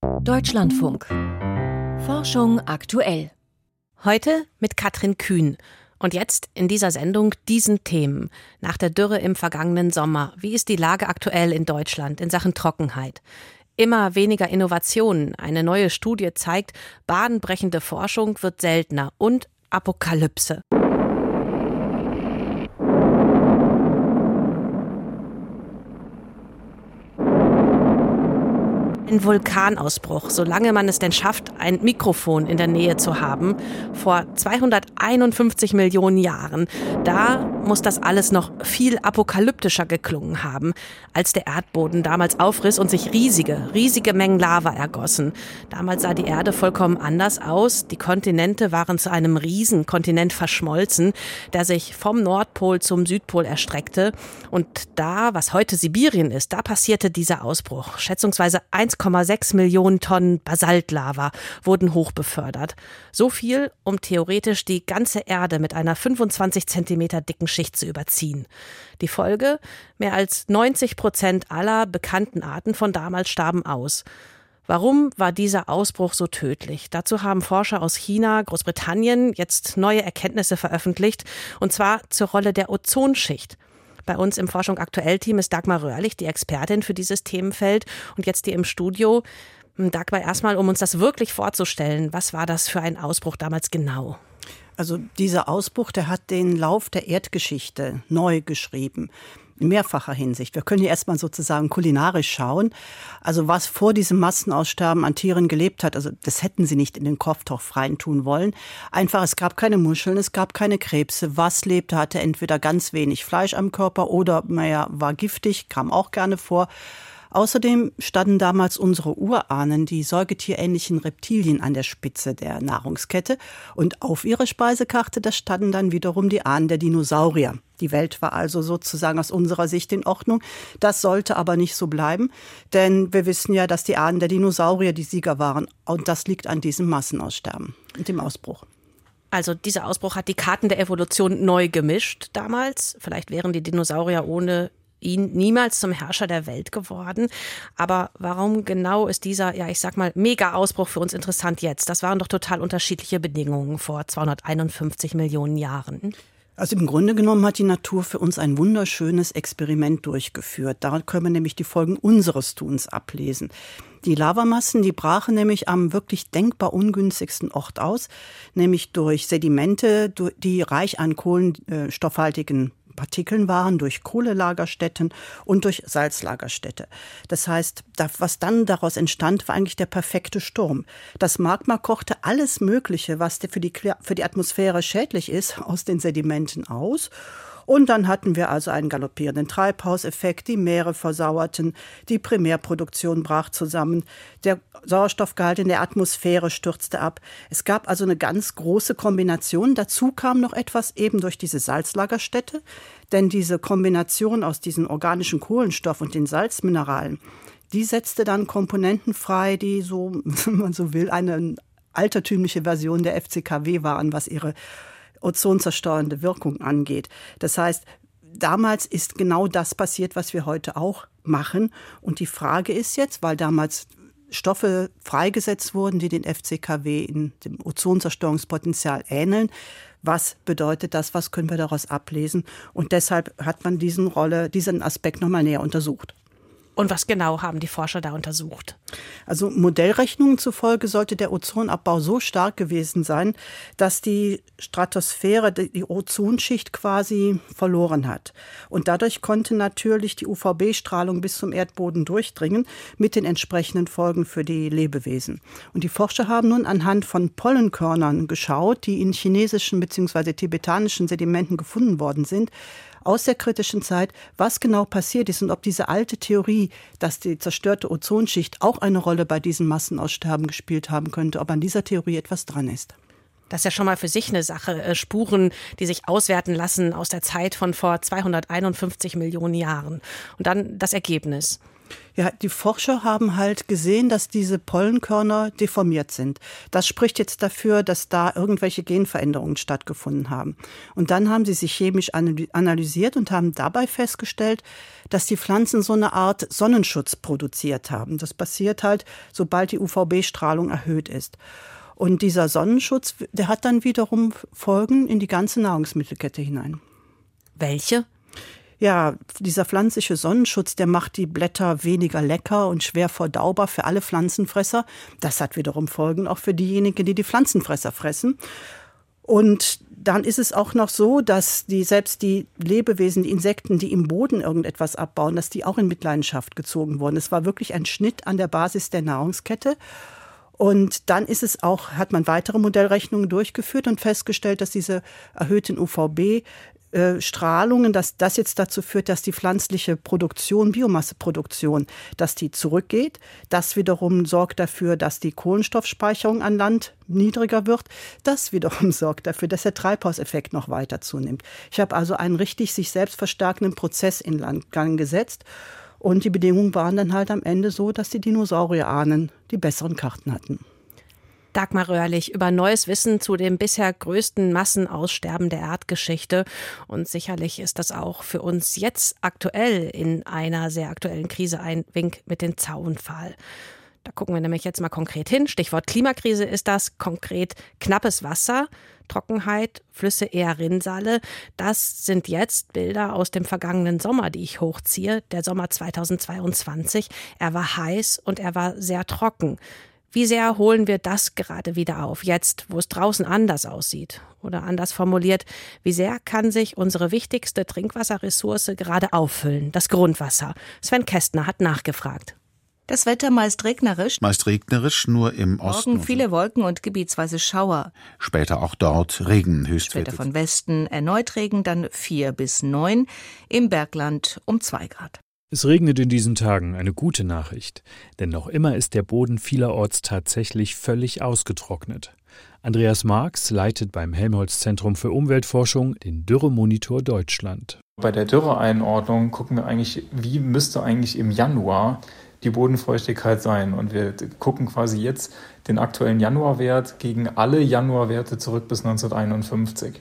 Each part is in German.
Deutschlandfunk. Forschung aktuell. Heute mit Katrin Kühn. Und jetzt in dieser Sendung diesen Themen. Nach der Dürre im vergangenen Sommer. Wie ist die Lage aktuell in Deutschland in Sachen Trockenheit? Immer weniger Innovationen. Eine neue Studie zeigt, bahnbrechende Forschung wird seltener. Und Apokalypse. Ein Vulkanausbruch, solange man es denn schafft, ein Mikrofon in der Nähe zu haben, vor 251 Millionen Jahren. Da muss das alles noch viel apokalyptischer geklungen haben, als der Erdboden damals aufriss und sich riesige Mengen Lava ergossen. Damals sah die Erde vollkommen anders aus. Die Kontinente waren zu einem Riesenkontinent verschmolzen, der sich vom Nordpol zum Südpol erstreckte. Und da, was heute Sibirien ist, da passierte dieser Ausbruch. Schätzungsweise 1,6 Millionen Tonnen Basaltlava wurden hochbefördert. So viel, um theoretisch die ganze Erde mit einer 25 Zentimeter dicken Schicht zu überziehen. Die Folge? Mehr als 90% aller bekannten Arten von damals starben aus. Warum war dieser Ausbruch so tödlich? Dazu haben Forscher aus China, Großbritannien jetzt neue Erkenntnisse veröffentlicht, und zwar zur Rolle der Ozonschicht. Bei uns im Forschung aktuell-Team ist Dagmar Röhrlich, die Expertin für dieses Themenfeld, und jetzt hier im Studio. Dagmar, erstmal, um uns das wirklich vorzustellen, was war das für ein Ausbruch damals genau? Also dieser Ausbruch, der hat den Lauf der Erdgeschichte neu geschrieben. In mehrfacher Hinsicht. Wir können hier erstmal sozusagen kulinarisch schauen. Also was vor diesem Massenaussterben an Tieren gelebt hat, also das hätten sie nicht in den Kochtopf reintun wollen. Einfach, es gab keine Muscheln, es gab keine Krebse. Was lebte, hatte entweder ganz wenig Fleisch am Körper oder, war giftig, kam auch gerne vor. Außerdem standen damals unsere Urahnen, die säugetierähnlichen Reptilien, an der Spitze der Nahrungskette. Und auf ihrer Speisekarte, da standen dann wiederum die Ahnen der Dinosaurier. Die Welt war also sozusagen aus unserer Sicht in Ordnung. Das sollte aber nicht so bleiben, denn wir wissen ja, dass die Ahnen der Dinosaurier die Sieger waren. Und das liegt an diesem Massenaussterben und dem Ausbruch. Also dieser Ausbruch hat die Karten der Evolution neu gemischt damals. Vielleicht wären die Dinosaurier ohne ihn niemals zum Herrscher der Welt geworden. Aber warum genau ist dieser, Mega-Ausbruch für uns interessant jetzt? Das waren doch total unterschiedliche Bedingungen vor 251 Millionen Jahren. Also im Grunde genommen hat die Natur für uns ein wunderschönes Experiment durchgeführt. Daran können wir nämlich die Folgen unseres Tuns ablesen. Die Lavamassen, die brachen nämlich am wirklich denkbar ungünstigsten Ort aus, nämlich durch Sedimente, die reich an kohlenstoffhaltigen Partikeln waren, durch Kohlelagerstätten und durch Salzlagerstätte. Das heißt, was dann daraus entstand, war eigentlich der perfekte Sturm. Das Magma kochte alles Mögliche, was für die Atmosphäre schädlich ist, aus den Sedimenten aus. Und dann hatten wir also einen galoppierenden Treibhauseffekt, die Meere versauerten, die Primärproduktion brach zusammen, der Sauerstoffgehalt in der Atmosphäre stürzte ab. Es gab also eine ganz große Kombination. Dazu kam noch etwas eben durch diese Salzlagerstätte, denn diese Kombination aus diesem organischen Kohlenstoff und den Salzmineralen, die setzte dann Komponenten frei, die so, wenn man so will, eine altertümliche Version der FCKW waren, was ihre ozonzerstörende Wirkung angeht. Das heißt, damals ist genau das passiert, was wir heute auch machen. Und die Frage ist jetzt, weil damals Stoffe freigesetzt wurden, die den FCKW in dem Ozonzerstörungspotenzial ähneln, was bedeutet das, was können wir daraus ablesen? Und deshalb hat man diesen Aspekt nochmal näher untersucht. Und was genau haben die Forscher da untersucht? Also Modellrechnungen zufolge sollte der Ozonabbau so stark gewesen sein, dass die Stratosphäre die Ozonschicht quasi verloren hat. Und dadurch konnte natürlich die UVB-Strahlung bis zum Erdboden durchdringen, mit den entsprechenden Folgen für die Lebewesen. Und die Forscher haben nun anhand von Pollenkörnern geschaut, die in chinesischen bzw. tibetanischen Sedimenten gefunden worden sind, aus der kritischen Zeit, was genau passiert ist und ob diese alte Theorie, dass die zerstörte Ozonschicht auch eine Rolle bei diesem Massenaussterben gespielt haben könnte, ob an dieser Theorie etwas dran ist. Das ist ja schon mal für sich eine Sache, Spuren, die sich auswerten lassen aus der Zeit von vor 251 Millionen Jahren. Und dann das Ergebnis. Ja, die Forscher haben halt gesehen, dass diese Pollenkörner deformiert sind. Das spricht jetzt dafür, dass da irgendwelche Genveränderungen stattgefunden haben. Und dann haben sie sich chemisch analysiert und haben dabei festgestellt, dass die Pflanzen so eine Art Sonnenschutz produziert haben. Das passiert halt, sobald die UVB-Strahlung erhöht ist. Und dieser Sonnenschutz, der hat dann wiederum Folgen in die ganze Nahrungsmittelkette hinein. Welche? Ja, dieser pflanzliche Sonnenschutz, der macht die Blätter weniger lecker und schwer verdaubar für alle Pflanzenfresser. Das hat wiederum Folgen auch für diejenigen, die Pflanzenfresser fressen. Und dann ist es auch noch so, dass selbst die Lebewesen, die Insekten, die im Boden irgendetwas abbauen, dass die auch in Mitleidenschaft gezogen wurden. Es war wirklich ein Schnitt an der Basis der Nahrungskette. Und dann hat man weitere Modellrechnungen durchgeführt und festgestellt, dass diese erhöhten UVB-Strahlungen, dass das jetzt dazu führt, dass die pflanzliche Produktion, Biomasseproduktion, dass die zurückgeht. Das wiederum sorgt dafür, dass die Kohlenstoffspeicherung an Land niedriger wird. Das wiederum sorgt dafür, dass der Treibhauseffekt noch weiter zunimmt. Ich habe also einen richtig sich selbst verstärkenden Prozess in Gang gesetzt. Und die Bedingungen waren dann halt am Ende so, dass die Dinosaurier-Ahnen die besseren Karten hatten. Dagmar Röhrlich über neues Wissen zu dem bisher größten Massenaussterben der Erdgeschichte. Und sicherlich ist das auch für uns jetzt aktuell in einer sehr aktuellen Krise ein Wink mit dem Zaunpfahl. Da gucken wir nämlich jetzt mal konkret hin. Stichwort Klimakrise ist das konkret knappes Wasser, Trockenheit, Flüsse eher Rinnsale. Das sind jetzt Bilder aus dem vergangenen Sommer, die ich hochziehe. Der Sommer 2022. Er war heiß und er war sehr trocken. Wie sehr holen wir das gerade wieder auf, jetzt, wo es draußen anders aussieht? Oder anders formuliert, wie sehr kann sich unsere wichtigste Trinkwasserressource gerade auffüllen, das Grundwasser? Sven Kästner hat nachgefragt. Das Wetter meist regnerisch. Meist regnerisch, nur im Osten. Morgen viele Wolken und gebietsweise Schauer. Später auch dort Regen, Höchstwerte. Später von Westen erneut Regen, dann 4 bis 9. Im Bergland um 2 Grad. Es regnet in diesen Tagen, eine gute Nachricht. Denn noch immer ist der Boden vielerorts tatsächlich völlig ausgetrocknet. Andreas Marx leitet beim Helmholtz-Zentrum für Umweltforschung den Dürremonitor Deutschland. Bei der Dürreeinordnung gucken wir eigentlich, wie müsste eigentlich im Januar die Bodenfeuchtigkeit sein. Und wir gucken quasi jetzt den aktuellen Januarwert gegen alle Januarwerte zurück bis 1951.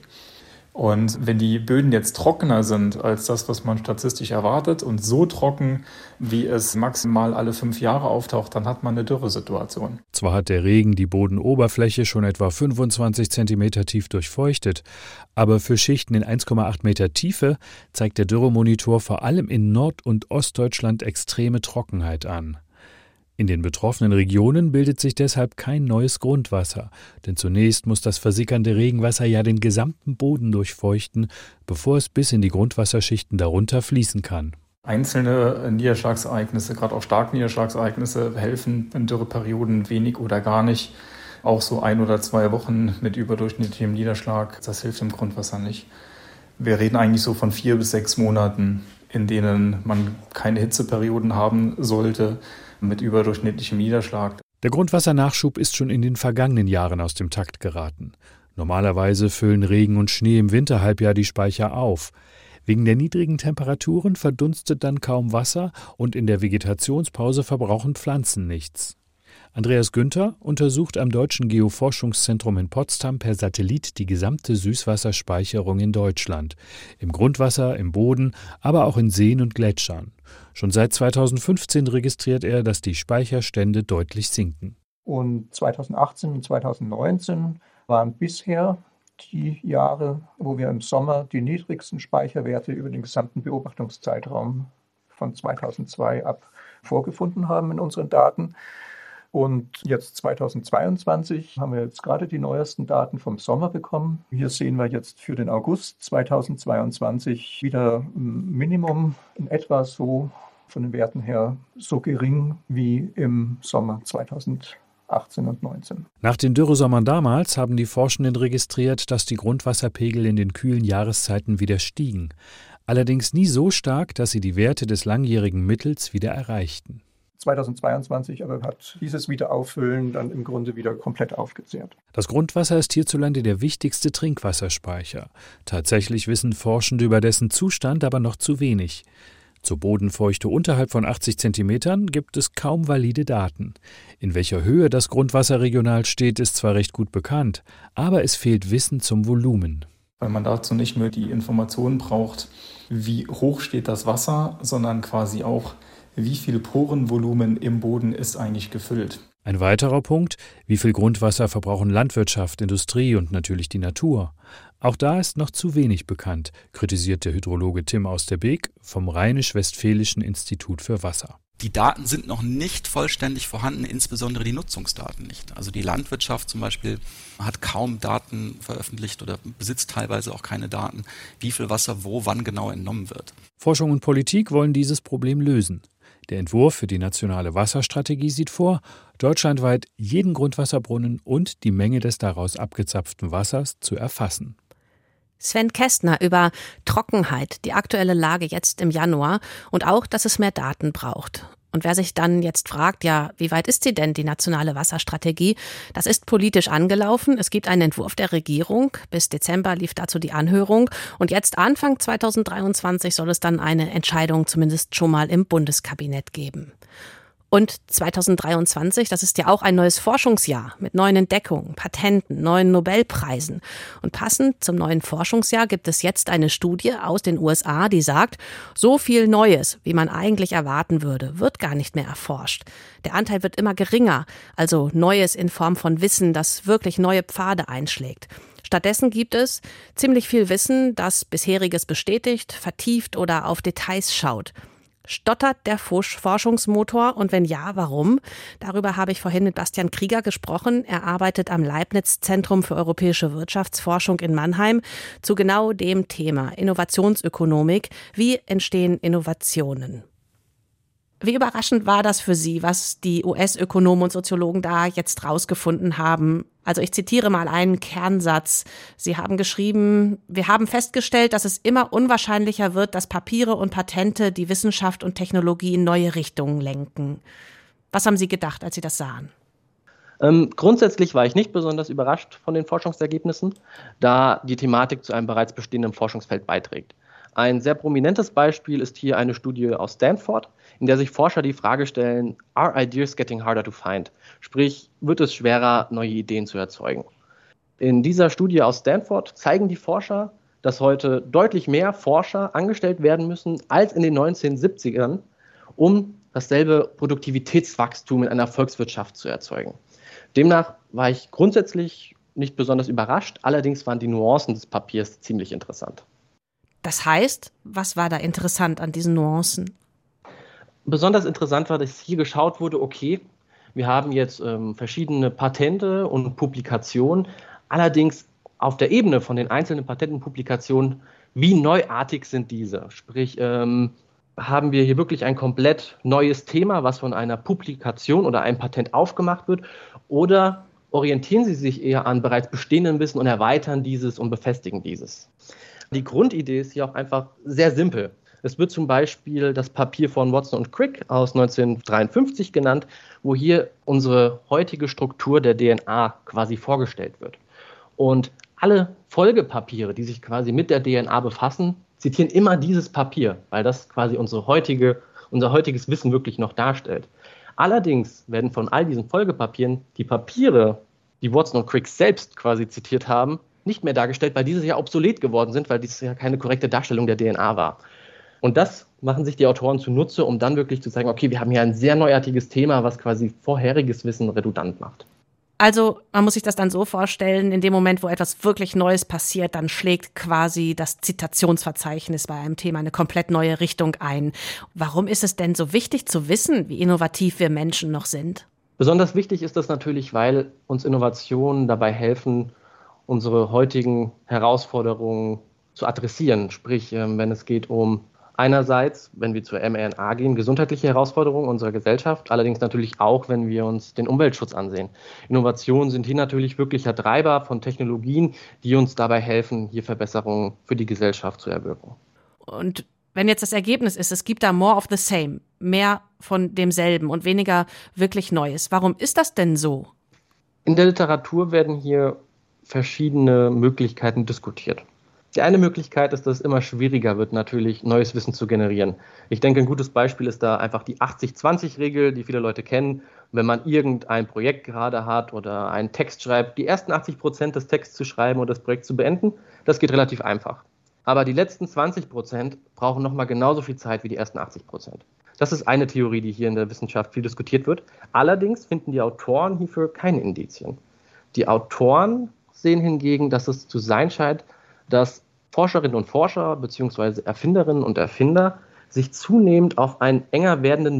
Und wenn die Böden jetzt trockener sind als das, was man statistisch erwartet und so trocken, wie es maximal alle 5 Jahre auftaucht, dann hat man eine Dürresituation. Zwar hat der Regen die Bodenoberfläche schon etwa 25 Zentimeter tief durchfeuchtet, aber für Schichten in 1,8 Meter Tiefe zeigt der Dürremonitor vor allem in Nord- und Ostdeutschland extreme Trockenheit an. In den betroffenen Regionen bildet sich deshalb kein neues Grundwasser, denn zunächst muss das versickernde Regenwasser ja den gesamten Boden durchfeuchten, bevor es bis in die Grundwasserschichten darunter fließen kann. Einzelne Niederschlagsereignisse, gerade auch Starkniederschlagsereignisse, helfen in Dürreperioden wenig oder gar nicht. Auch so 1 oder 2 Wochen mit überdurchschnittlichem Niederschlag, das hilft dem Grundwasser nicht. Wir reden eigentlich so von 4 bis 6 Monaten, in denen man keine Hitzeperioden haben sollte, mit überdurchschnittlichem Niederschlag. Der Grundwassernachschub ist schon in den vergangenen Jahren aus dem Takt geraten. Normalerweise füllen Regen und Schnee im Winterhalbjahr die Speicher auf. Wegen der niedrigen Temperaturen verdunstet dann kaum Wasser und in der Vegetationspause verbrauchen Pflanzen nichts. Andreas Günther untersucht am Deutschen Geoforschungszentrum in Potsdam per Satellit die gesamte Süßwasserspeicherung in Deutschland. Im Grundwasser, im Boden, aber auch in Seen und Gletschern. Schon seit 2015 registriert er, dass die Speicherstände deutlich sinken. Und 2018 und 2019 waren bisher die Jahre, wo wir im Sommer die niedrigsten Speicherwerte über den gesamten Beobachtungszeitraum von 2002 ab vorgefunden haben in unseren Daten. Und jetzt 2022 haben wir jetzt gerade die neuesten Daten vom Sommer bekommen. Hier sehen wir jetzt für den August 2022 wieder ein Minimum in etwa so von den Werten her so gering wie im Sommer 2018 und 19. Nach den Dürresommern damals haben die Forschenden registriert, dass die Grundwasserpegel in den kühlen Jahreszeiten wieder stiegen. Allerdings nie so stark, dass sie die Werte des langjährigen Mittels wieder erreichten. 2022 aber hat dieses Wiederauffüllen dann im Grunde wieder komplett aufgezehrt. Das Grundwasser ist hierzulande der wichtigste Trinkwasserspeicher. Tatsächlich wissen Forschende über dessen Zustand aber noch zu wenig. Zur Bodenfeuchte unterhalb von 80 Zentimetern gibt es kaum valide Daten. In welcher Höhe das Grundwasser regional steht, ist zwar recht gut bekannt, aber es fehlt Wissen zum Volumen. Weil man dazu nicht nur die Informationen braucht, wie hoch steht das Wasser, sondern quasi auch, wie viel Porenvolumen im Boden ist eigentlich gefüllt. Ein weiterer Punkt, wie viel Grundwasser verbrauchen Landwirtschaft, Industrie und natürlich die Natur. Auch da ist noch zu wenig bekannt, kritisiert der Hydrologe Tim Austerbeek vom Rheinisch-Westfälischen Institut für Wasser. Die Daten sind noch nicht vollständig vorhanden, insbesondere die Nutzungsdaten nicht. Also die Landwirtschaft zum Beispiel hat kaum Daten veröffentlicht oder besitzt teilweise auch keine Daten, wie viel Wasser wo wann genau entnommen wird. Forschung und Politik wollen dieses Problem lösen. Der Entwurf für die nationale Wasserstrategie sieht vor, deutschlandweit jeden Grundwasserbrunnen und die Menge des daraus abgezapften Wassers zu erfassen. Sven Kästner über Trockenheit, die aktuelle Lage jetzt im Januar und auch, dass es mehr Daten braucht. Und wer sich dann jetzt fragt, ja, wie weit ist sie denn, die nationale Wasserstrategie? Das ist politisch angelaufen. Es gibt einen Entwurf der Regierung. Bis Dezember lief dazu die Anhörung. Und jetzt Anfang 2023 soll es dann eine Entscheidung zumindest schon mal im Bundeskabinett geben. Und 2023, das ist ja auch ein neues Forschungsjahr mit neuen Entdeckungen, Patenten, neuen Nobelpreisen. Und passend zum neuen Forschungsjahr gibt es jetzt eine Studie aus den USA, die sagt, so viel Neues, wie man eigentlich erwarten würde, wird gar nicht mehr erforscht. Der Anteil wird immer geringer, also Neues in Form von Wissen, das wirklich neue Pfade einschlägt. Stattdessen gibt es ziemlich viel Wissen, das Bisheriges bestätigt, vertieft oder auf Details schaut. Stottert der Forschungsmotor und wenn ja, warum? Darüber habe ich vorhin mit Bastian Krieger gesprochen. Er arbeitet am Leibniz-Zentrum für europäische Wirtschaftsforschung in Mannheim zu genau dem Thema Innovationsökonomik. Wie entstehen Innovationen? Wie überraschend war das für Sie, was die US-Ökonomen und Soziologen da jetzt rausgefunden haben? Also ich zitiere mal einen Kernsatz. Sie haben geschrieben, wir haben festgestellt, dass es immer unwahrscheinlicher wird, dass Papiere und Patente die Wissenschaft und Technologie in neue Richtungen lenken. Was haben Sie gedacht, als Sie das sahen? Grundsätzlich war ich nicht besonders überrascht von den Forschungsergebnissen, da die Thematik zu einem bereits bestehenden Forschungsfeld beiträgt. Ein sehr prominentes Beispiel ist hier eine Studie aus Stanford, in der sich Forscher die Frage stellen, are ideas getting harder to find? Sprich, wird es schwerer, neue Ideen zu erzeugen? In dieser Studie aus Stanford zeigen die Forscher, dass heute deutlich mehr Forscher angestellt werden müssen als in den 1970ern, um dasselbe Produktivitätswachstum in einer Volkswirtschaft zu erzeugen. Demnach war ich grundsätzlich nicht besonders überrascht, allerdings waren die Nuancen des Papiers ziemlich interessant. Das heißt, was war da interessant an diesen Nuancen? Besonders interessant war, dass hier geschaut wurde, okay, wir haben jetzt verschiedene Patente und Publikationen, allerdings auf der Ebene von den einzelnen Patenten und Publikationen, wie neuartig sind diese? Sprich, haben wir hier wirklich ein komplett neues Thema, was von einer Publikation oder einem Patent aufgemacht wird, oder orientieren sie sich eher an bereits bestehendem Wissen und erweitern dieses und befestigen dieses? Die Grundidee ist hier auch einfach sehr simpel. Es wird zum Beispiel das Papier von Watson und Crick aus 1953 genannt, wo hier unsere heutige Struktur der DNA quasi vorgestellt wird. Und alle Folgepapiere, die sich quasi mit der DNA befassen, zitieren immer dieses Papier, weil das quasi unser heutiges Wissen wirklich noch darstellt. Allerdings werden von all diesen Folgepapieren die Papiere, die Watson und Crick selbst quasi zitiert haben, nicht mehr dargestellt, weil diese ja obsolet geworden sind, weil dies ja keine korrekte Darstellung der DNA war. Und das machen sich die Autoren zunutze, um dann wirklich zu sagen, okay, wir haben hier ein sehr neuartiges Thema, was quasi vorheriges Wissen redundant macht. Also man muss sich das dann so vorstellen, in dem Moment, wo etwas wirklich Neues passiert, dann schlägt quasi das Zitationsverzeichnis bei einem Thema eine komplett neue Richtung ein. Warum ist es denn so wichtig zu wissen, wie innovativ wir Menschen noch sind? Besonders wichtig ist das natürlich, weil uns Innovationen dabei helfen, unsere heutigen Herausforderungen zu adressieren. Sprich, wenn es geht um einerseits, wenn wir zur mRNA gehen, gesundheitliche Herausforderungen unserer Gesellschaft, allerdings natürlich auch, wenn wir uns den Umweltschutz ansehen. Innovationen sind hier natürlich wirklicher Treiber von Technologien, die uns dabei helfen, hier Verbesserungen für die Gesellschaft zu erwirken. Und wenn jetzt das Ergebnis ist, es gibt da more of the same, mehr von demselben und weniger wirklich Neues, warum ist das denn so? In der Literatur werden hier verschiedene Möglichkeiten diskutiert. Die eine Möglichkeit ist, dass es immer schwieriger wird, natürlich neues Wissen zu generieren. Ich denke, ein gutes Beispiel ist da einfach die 80-20-Regel, die viele Leute kennen. Wenn man irgendein Projekt gerade hat oder einen Text schreibt, die ersten 80% des Texts zu schreiben und das Projekt zu beenden, das geht relativ einfach. Aber die letzten 20% brauchen nochmal genauso viel Zeit wie die ersten 80%. Das ist eine Theorie, die hier in der Wissenschaft viel diskutiert wird. Allerdings finden die Autoren hierfür keine Indizien. Die Autoren sehen hingegen, dass es zu sein scheint, dass Forscherinnen und Forscher bzw. Erfinderinnen und Erfinder sich zunehmend auf einen enger werdenden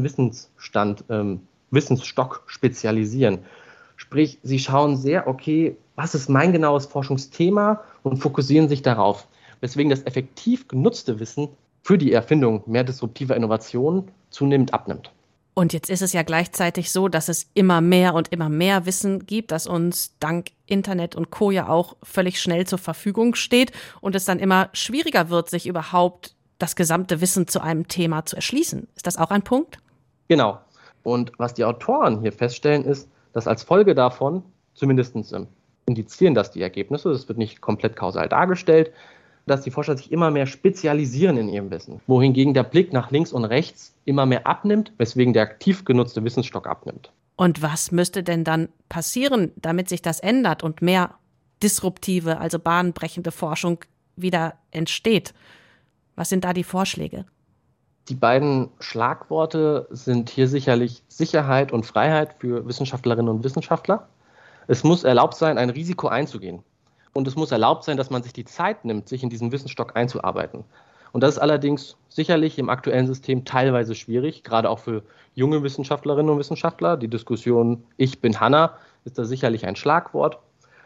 Wissensstock spezialisieren. Sprich, sie schauen sehr, okay, was ist mein genaues Forschungsthema und fokussieren sich darauf. Weswegen das effektiv genutzte Wissen für die Erfindung mehr disruptiver Innovationen zunehmend abnimmt. Und jetzt ist es ja gleichzeitig so, dass es immer mehr und immer mehr Wissen gibt, das uns dank Internet und Co. ja auch völlig schnell zur Verfügung steht und es dann immer schwieriger wird, sich überhaupt das gesamte Wissen zu einem Thema zu erschließen. Ist das auch ein Punkt? Genau. Und was die Autoren hier feststellen, ist, dass als Folge davon, zumindest indizieren das die Ergebnisse, das wird nicht komplett kausal dargestellt, dass die Forscher sich immer mehr spezialisieren in ihrem Wissen, wohingegen der Blick nach links und rechts immer mehr abnimmt, weswegen der aktiv genutzte Wissensstock abnimmt. Und was müsste denn dann passieren, damit sich das ändert und mehr disruptive, also bahnbrechende Forschung wieder entsteht? Was sind da die Vorschläge? Die beiden Schlagworte sind hier sicherlich Sicherheit und Freiheit für Wissenschaftlerinnen und Wissenschaftler. Es muss erlaubt sein, ein Risiko einzugehen. Und es muss erlaubt sein, dass man sich die Zeit nimmt, sich in diesen Wissensstock einzuarbeiten. Und das ist allerdings sicherlich im aktuellen System teilweise schwierig, gerade auch für junge Wissenschaftlerinnen und Wissenschaftler. Die Diskussion "Ich bin Hanna" ist da sicherlich ein Schlagwort.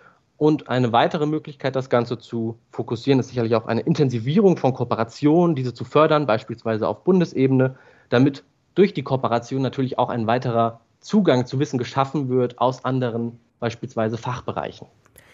Und eine weitere Möglichkeit, das Ganze zu fokussieren, ist sicherlich auch eine Intensivierung von Kooperationen, diese zu fördern, beispielsweise auf Bundesebene, damit durch die Kooperation natürlich auch ein weiterer Zugang zu Wissen geschaffen wird aus anderen, beispielsweise Fachbereichen.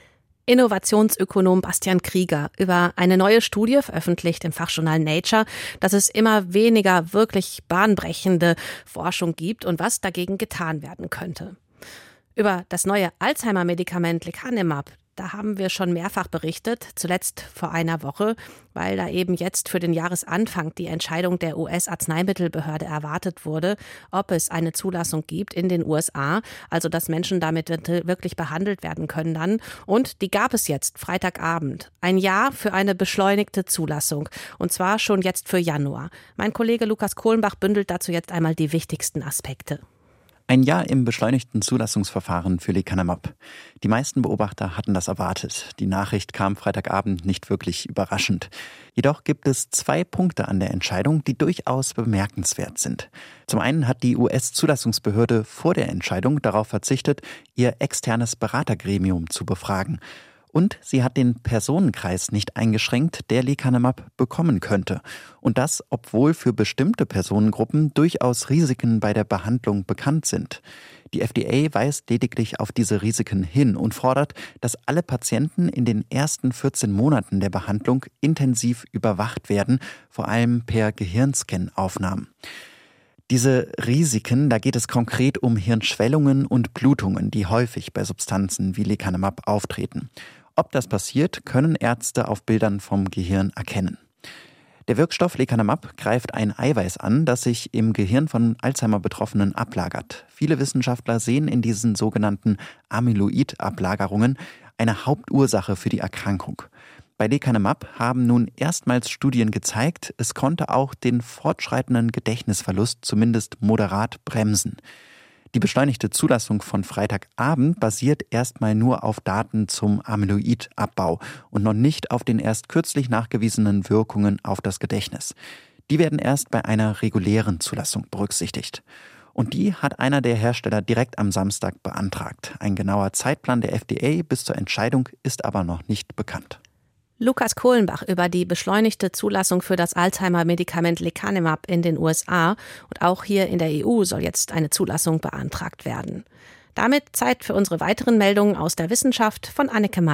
Innovationsökonom Bastian Krieger über eine neue Studie, veröffentlicht im Fachjournal Nature, dass es immer weniger wirklich bahnbrechende Forschung gibt und was dagegen getan werden könnte. Über das neue Alzheimer-Medikament Lecanemab, da haben wir schon mehrfach berichtet, zuletzt vor einer Woche, weil da eben jetzt für den Jahresanfang die Entscheidung der US-Arzneimittelbehörde erwartet wurde, ob es eine Zulassung gibt in den USA, also dass Menschen damit wirklich behandelt werden können dann. Und die gab es jetzt, Freitagabend. Ein Ja für eine beschleunigte Zulassung, und zwar schon jetzt für Januar. Mein Kollege Lukas Kohlenbach bündelt dazu jetzt einmal die wichtigsten Aspekte. Ein Jahr im beschleunigten Zulassungsverfahren für Lecanemab. Die meisten Beobachter hatten das erwartet. Die Nachricht kam Freitagabend nicht wirklich überraschend. Jedoch gibt es 2 Punkte an der Entscheidung, die durchaus bemerkenswert sind. Zum einen hat die US-Zulassungsbehörde vor der Entscheidung darauf verzichtet, ihr externes Beratergremium zu befragen. Und sie hat den Personenkreis nicht eingeschränkt, der Lecanemab bekommen könnte. Und das, obwohl für bestimmte Personengruppen durchaus Risiken bei der Behandlung bekannt sind. Die FDA weist lediglich auf diese Risiken hin und fordert, dass alle Patienten in den ersten 14 Monaten der Behandlung intensiv überwacht werden, vor allem per Gehirnscan-Aufnahmen. Diese Risiken, da geht es konkret um Hirnschwellungen und Blutungen, die häufig bei Substanzen wie Lecanemab auftreten. Ob das passiert, können Ärzte auf Bildern vom Gehirn erkennen. Der Wirkstoff Lecanemab greift ein Eiweiß an, das sich im Gehirn von Alzheimer-Betroffenen ablagert. Viele Wissenschaftler sehen in diesen sogenannten Amyloid-Ablagerungen eine Hauptursache für die Erkrankung. Bei Lecanemab haben nun erstmals Studien gezeigt, es konnte auch den fortschreitenden Gedächtnisverlust zumindest moderat bremsen. Die beschleunigte Zulassung von Freitagabend basiert erstmal nur auf Daten zum Amyloidabbau und noch nicht auf den erst kürzlich nachgewiesenen Wirkungen auf das Gedächtnis. Die werden erst bei einer regulären Zulassung berücksichtigt. Und die hat einer der Hersteller direkt am Samstag beantragt. Ein genauer Zeitplan der FDA bis zur Entscheidung ist aber noch nicht bekannt. Lukas Kohlenbach über die beschleunigte Zulassung für das Alzheimer-Medikament Lecanemab in den USA. Und auch hier in der EU soll jetzt eine Zulassung beantragt werden. Damit Zeit für unsere weiteren Meldungen aus der Wissenschaft von Anneke Meyer.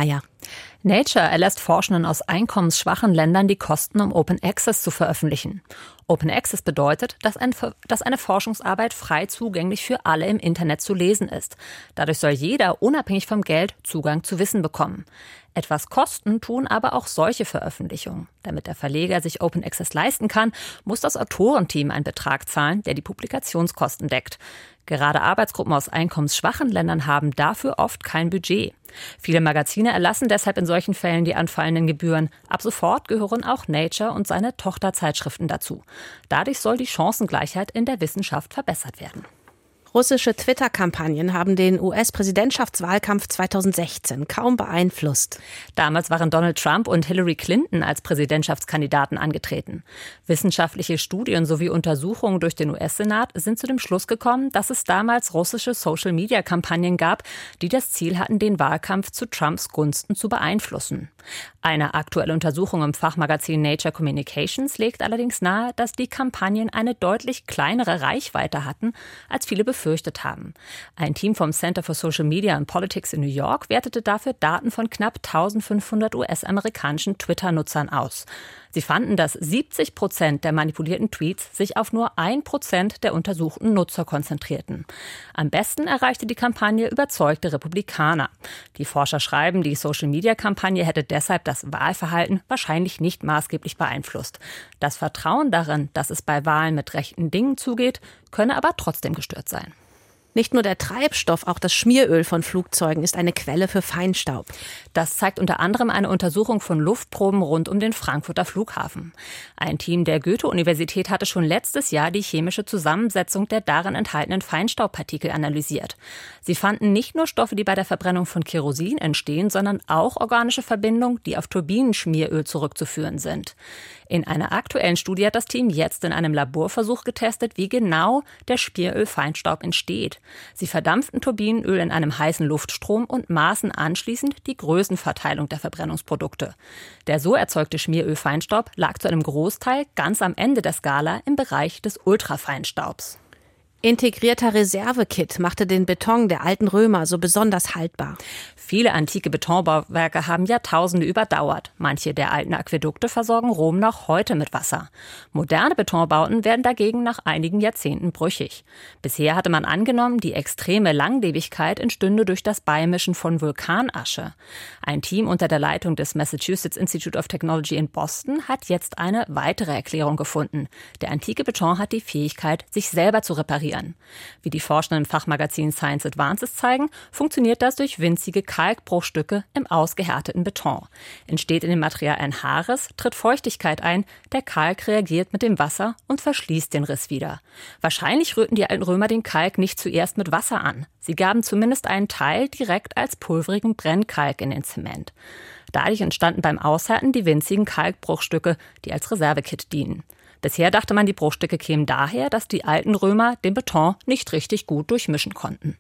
Nature erlässt Forschenden aus einkommensschwachen Ländern die Kosten, um Open Access zu veröffentlichen. Open Access bedeutet, dass eine Forschungsarbeit frei zugänglich für alle im Internet zu lesen ist. Dadurch soll jeder, unabhängig vom Geld, Zugang zu Wissen bekommen. Etwas kosten tun aber auch solche Veröffentlichungen. Damit der Verleger sich Open Access leisten kann, muss das Autorenteam einen Betrag zahlen, der die Publikationskosten deckt. Gerade Arbeitsgruppen aus einkommensschwachen Ländern haben dafür oft kein Budget. Viele Magazine erlassen deshalb in solchen Fällen die anfallenden Gebühren. Ab sofort gehören auch Nature und seine Tochterzeitschriften dazu. Dadurch soll die Chancengleichheit in der Wissenschaft verbessert werden. Russische Twitter-Kampagnen haben den US-Präsidentschaftswahlkampf 2016 kaum beeinflusst. Damals waren Donald Trump und Hillary Clinton als Präsidentschaftskandidaten angetreten. Wissenschaftliche Studien sowie Untersuchungen durch den US-Senat sind zu dem Schluss gekommen, dass es damals russische Social-Media-Kampagnen gab, die das Ziel hatten, den Wahlkampf zu Trumps Gunsten zu beeinflussen. Eine aktuelle Untersuchung im Fachmagazin Nature Communications legt allerdings nahe, dass die Kampagnen eine deutlich kleinere Reichweite hatten, als viele befürchtet haben. Ein Team vom Center for Social Media and Politics in New York wertete dafür Daten von knapp 1500 US-amerikanischen Twitter-Nutzern aus. Sie fanden, dass 70% der manipulierten Tweets sich auf nur 1% der untersuchten Nutzer konzentrierten. Am besten erreichte die Kampagne überzeugte Republikaner. Die Forscher schreiben, die Social-Media-Kampagne hätte deshalb das Wahlverhalten wahrscheinlich nicht maßgeblich beeinflusst. Das Vertrauen darin, dass es bei Wahlen mit rechten Dingen zugeht, könne aber trotzdem gestört sein. Nicht nur der Treibstoff, auch das Schmieröl von Flugzeugen ist eine Quelle für Feinstaub. Das zeigt unter anderem eine Untersuchung von Luftproben rund um den Frankfurter Flughafen. Ein Team der Goethe-Universität hatte schon letztes Jahr die chemische Zusammensetzung der darin enthaltenen Feinstaubpartikel analysiert. Sie fanden nicht nur Stoffe, die bei der Verbrennung von Kerosin entstehen, sondern auch organische Verbindungen, die auf Turbinenschmieröl zurückzuführen sind. In einer aktuellen Studie hat das Team jetzt in einem Laborversuch getestet, wie genau der Schmierölfeinstaub entsteht. Sie verdampften Turbinenöl in einem heißen Luftstrom und maßen anschließend die Größenverteilung der Verbrennungsprodukte. Der so erzeugte Schmierölfeinstaub lag zu einem Großteil ganz am Ende der Skala im Bereich des Ultrafeinstaubs. Integrierter Reservekit machte den Beton der alten Römer so besonders haltbar. Viele antike Betonbauwerke haben Jahrtausende überdauert. Manche der alten Aquädukte versorgen Rom noch heute mit Wasser. Moderne Betonbauten werden dagegen nach einigen Jahrzehnten brüchig. Bisher hatte man angenommen, die extreme Langlebigkeit entstünde durch das Beimischen von Vulkanasche. Ein Team unter der Leitung des Massachusetts Institute of Technology in Boston hat jetzt eine weitere Erklärung gefunden. Der antike Beton hat die Fähigkeit, sich selber zu reparieren. Wie die Forscher im Fachmagazin Science Advances zeigen, funktioniert das durch winzige Kalkbruchstücke im ausgehärteten Beton. Entsteht in dem Material ein Haarriss, tritt Feuchtigkeit ein, der Kalk reagiert mit dem Wasser und verschließt den Riss wieder. Wahrscheinlich rührten die alten Römer den Kalk nicht zuerst mit Wasser an. Sie gaben zumindest einen Teil direkt als pulverigen Brennkalk in den Zement. Dadurch entstanden beim Aushärten die winzigen Kalkbruchstücke, die als Reservekit dienen. Bisher dachte man, die Bruchstücke kämen daher, dass die alten Römer den Beton nicht richtig gut durchmischen konnten.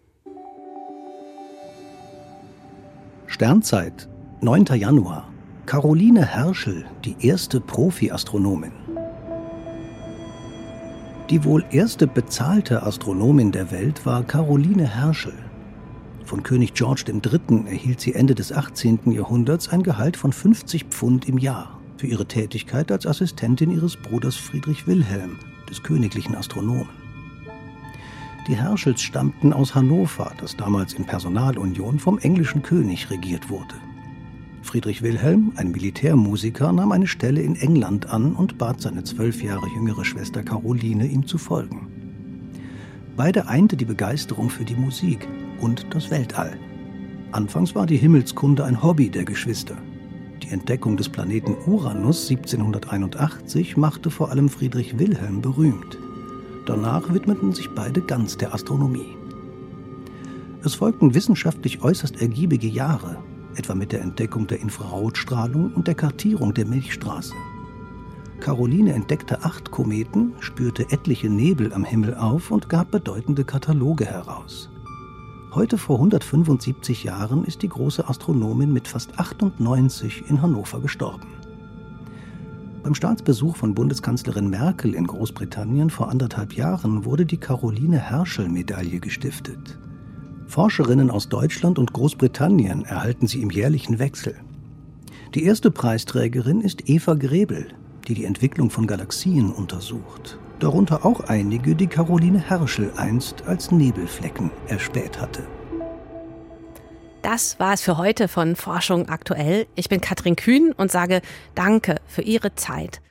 Sternzeit, 9. Januar. Caroline Herschel, die erste Profi-Astronomin. Die wohl erste bezahlte Astronomin der Welt war Caroline Herschel. Von König George III. Erhielt sie Ende des 18. Jahrhunderts ein Gehalt von 50 Pfund im Jahr für ihre Tätigkeit als Assistentin ihres Bruders Friedrich Wilhelm, des königlichen Astronomen. Die Herschels stammten aus Hannover, das damals in Personalunion vom englischen König regiert wurde. Friedrich Wilhelm, ein Militärmusiker, nahm eine Stelle in England an und bat seine 12 Jahre jüngere Schwester Caroline, ihm zu folgen. Beide einte die Begeisterung für die Musik und das Weltall. Anfangs war die Himmelskunde ein Hobby der Geschwister. Die Entdeckung des Planeten Uranus 1781 machte vor allem Friedrich Wilhelm berühmt. Danach widmeten sich beide ganz der Astronomie. Es folgten wissenschaftlich äußerst ergiebige Jahre, etwa mit der Entdeckung der Infrarotstrahlung und der Kartierung der Milchstraße. Caroline entdeckte 8 Kometen, spürte etliche Nebel am Himmel auf und gab bedeutende Kataloge heraus. Heute vor 175 Jahren ist die große Astronomin mit fast 98 in Hannover gestorben. Beim Staatsbesuch von Bundeskanzlerin Merkel in Großbritannien vor 1,5 Jahren wurde die Caroline-Herschel-Medaille gestiftet. Forscherinnen aus Deutschland und Großbritannien erhalten sie im jährlichen Wechsel. Die erste Preisträgerin ist Eva Grebel, die die Entwicklung von Galaxien untersucht. Darunter auch einige, die Caroline Herschel einst als Nebelflecken erspäht hatte. Das war es für heute von Forschung aktuell. Ich bin Katrin Kühn und sage Danke für Ihre Zeit.